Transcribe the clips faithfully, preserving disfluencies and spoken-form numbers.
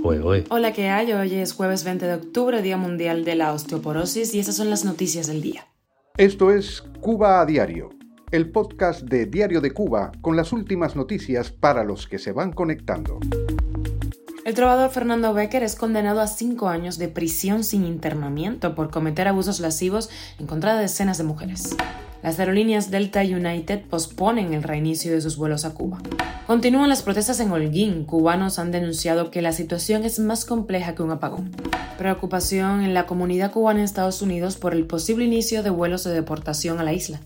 Oe, oe. Hola, ¿qué hay? Hoy es jueves veinte de octubre, Día Mundial de la Osteoporosis, y esas son las noticias del día. Esto es Cuba a Diario, el podcast de Diario de Cuba con las últimas noticias para los que se van conectando. El trovador Fernando Bécquer es condenado a cinco años de prisión sin internamiento por cometer abusos lascivos en contra de decenas de mujeres. Las aerolíneas Delta y United posponen el reinicio de sus vuelos a Cuba. Continúan las protestas en Holguín. Cubanos han denunciado que la situación es más compleja que un apagón. Preocupación en la comunidad cubana en Estados Unidos por el posible inicio de vuelos de deportación a la isla.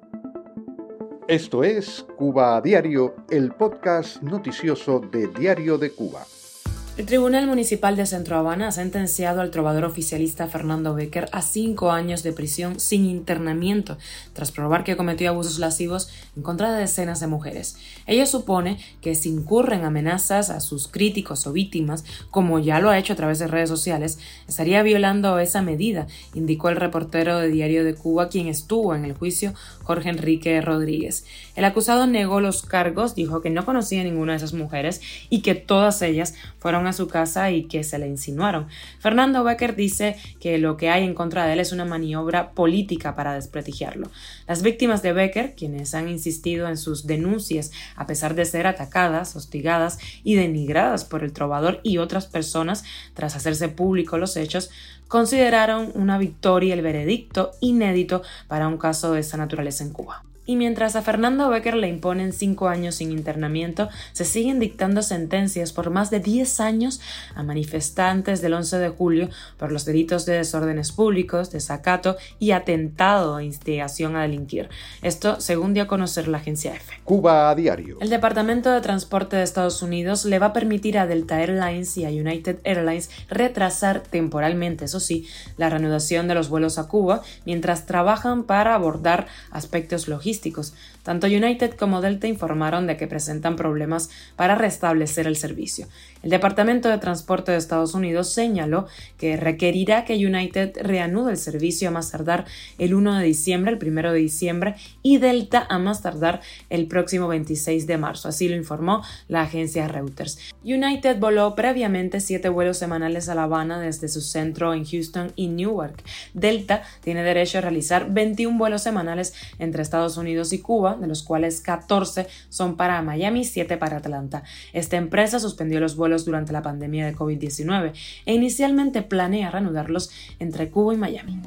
Esto es Cuba a Diario, el podcast noticioso de Diario de Cuba. El Tribunal Municipal de Centro Habana ha sentenciado al trovador oficialista Fernando Bécquer a cinco años de prisión sin internamiento, tras probar que cometió abusos lascivos en contra de decenas de mujeres. Ello supone que si incurren amenazas a sus críticos o víctimas, como ya lo ha hecho a través de redes sociales, estaría violando esa medida, indicó el reportero de Diario de Cuba, quien estuvo en el juicio, Jorge Enrique Rodríguez. El acusado negó los cargos, dijo que no conocía a ninguna de esas mujeres y que todas ellas fueron a su casa y que se le insinuaron. Fernando Bécquer dice que lo que hay en contra de él es una maniobra política para desprestigiarlo. Las víctimas de Bécquer, quienes han insistido en sus denuncias a pesar de ser atacadas, hostigadas y denigradas por el trovador y otras personas tras hacerse público los hechos, consideraron una victoria el veredicto inédito para un caso de esa naturaleza en Cuba. Y mientras a Fernando Bécquer le imponen cinco años sin internamiento, se siguen dictando sentencias por más de diez años a manifestantes del once de julio por los delitos de desórdenes públicos, desacato y atentado e instigación a delinquir. Esto según dio a conocer la agencia EFE. Cuba a Diario. El Departamento de Transporte de Estados Unidos le va a permitir a Delta Airlines y a United Airlines retrasar temporalmente, eso sí, la reanudación de los vuelos a Cuba mientras trabajan para abordar aspectos logísticos. Tanto United como Delta informaron de que presentan problemas para restablecer el servicio. El Departamento de Transporte de Estados Unidos señaló que requerirá que United reanude el servicio a más tardar el primero de diciembre, el primero de diciembre, y Delta a más tardar el próximo veintiséis de marzo. Así lo informó la agencia Reuters. United voló previamente siete vuelos semanales a La Habana desde su centro en Houston y Newark. Delta tiene derecho a realizar veintiún vuelos semanales entre Estados Unidos y Cuba, de los cuales catorce son para Miami y siete para Atlanta. Esta empresa suspendió los vuelos durante la pandemia de covid diecinueve e inicialmente planea reanudarlos entre Cuba y Miami.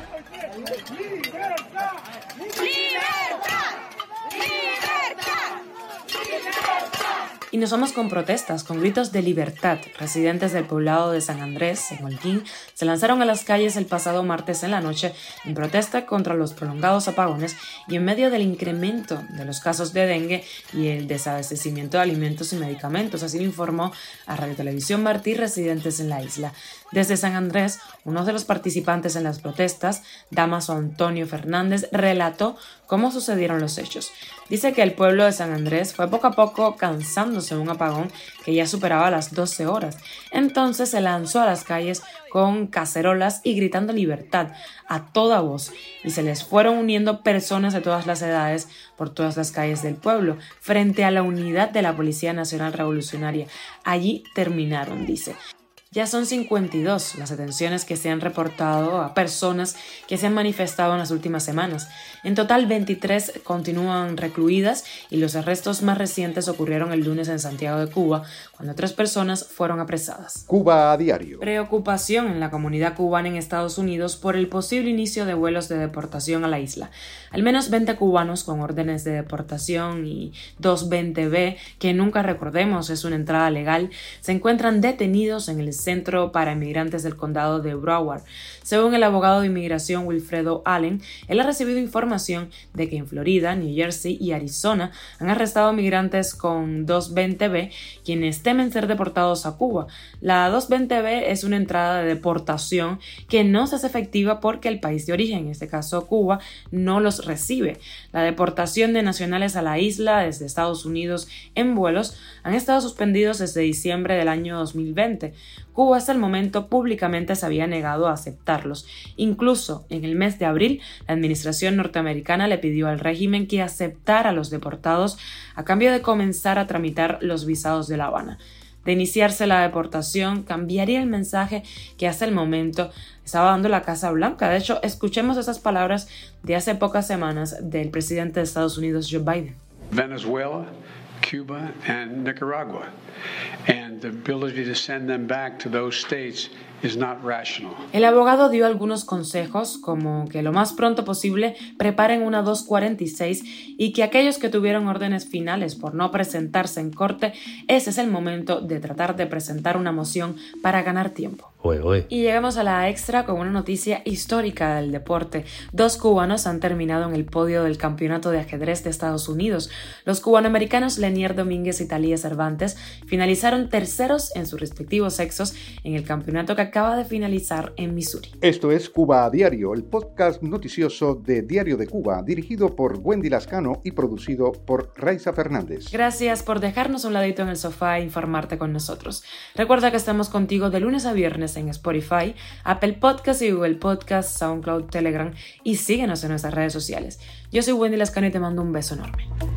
Y nos vamos con protestas, con gritos de libertad. Residentes del poblado de San Andrés, en Holguín, se lanzaron a las calles el pasado martes en la noche en protesta contra los prolongados apagones y en medio del incremento de los casos de dengue y el desabastecimiento de alimentos y medicamentos. Así lo informó a Radio Televisión Martí residentes en la isla. Desde San Andrés, uno de los participantes en las protestas, Damaso Antonio Fernández, relató cómo sucedieron los hechos. Dice que el pueblo de San Andrés fue poco a poco cansándose de un apagón que ya superaba las doce horas. Entonces se lanzó a las calles con cacerolas y gritando libertad a toda voz, y se les fueron uniendo personas de todas las edades por todas las calles del pueblo, frente a la unidad de la Policía Nacional Revolucionaria. Allí terminaron, dice. Ya son cincuenta y dos las detenciones que se han reportado a personas que se han manifestado en las últimas semanas. En total, veintitrés continúan recluidas y los arrestos más recientes ocurrieron el lunes en Santiago de Cuba, cuando tres personas fueron apresadas. Cuba a Diario. Preocupación en la comunidad cubana en Estados Unidos por el posible inicio de vuelos de deportación a la isla. Al menos veinte cubanos con órdenes de deportación y doscientos veinte B, que nunca recordemos es una entrada legal, se encuentran detenidos en el Centro para Inmigrantes del Condado de Broward. Según el abogado de inmigración Wilfredo Allen, él ha recibido información de que en Florida, New Jersey y Arizona han arrestado migrantes con doscientos veinte B, quienes temen ser deportados a Cuba. La doscientos veinte B es una entrada de deportación que no se hace efectiva porque el país de origen, en este caso Cuba, no los recibe. La deportación de nacionales a la isla desde Estados Unidos en vuelos han estado suspendidos desde diciembre del año dos mil veinte. Cuba hasta el momento públicamente se había negado a aceptarlos. Incluso en el mes de abril, la administración norteamericana le pidió al régimen que aceptara a los deportados a cambio de comenzar a tramitar los visados de La Habana. de iniciarse la deportación, cambiaría el mensaje que hasta el momento estaba dando la Casa Blanca. De hecho, escuchemos esas palabras de hace pocas semanas del presidente de Estados Unidos, Joe Biden. Venezuela, Cuba, and Nicaragua, and the ability to send them back to those states is not rational. El abogado dio algunos consejos, como que lo más pronto posible preparen una dos cuarenta y seis y que aquellos que tuvieron órdenes finales por no presentarse en corte, ese es el momento de tratar de presentar una moción para ganar tiempo. Oye, oye. Y llegamos a la extra con una noticia histórica del deporte. Dos cubanos han terminado en el podio del Campeonato de Ajedrez de Estados Unidos. Los cubanoamericanos Lenier Domínguez y Talía Cervantes finalizaron terceros en sus respectivos sexos en el campeonato que acaba de finalizar en Missouri. Esto es Cuba a Diario, el podcast noticioso de Diario de Cuba, dirigido por Wendy Lascano y producido por Raiza Fernández. Gracias por dejarnos un ladito en el sofá e informarte con nosotros. Recuerda que estamos contigo de lunes a viernes en Spotify, Apple Podcast y Google Podcast, SoundCloud, Telegram y síguenos en nuestras redes sociales. Yo soy Wendy Lascano y te mando un beso enorme.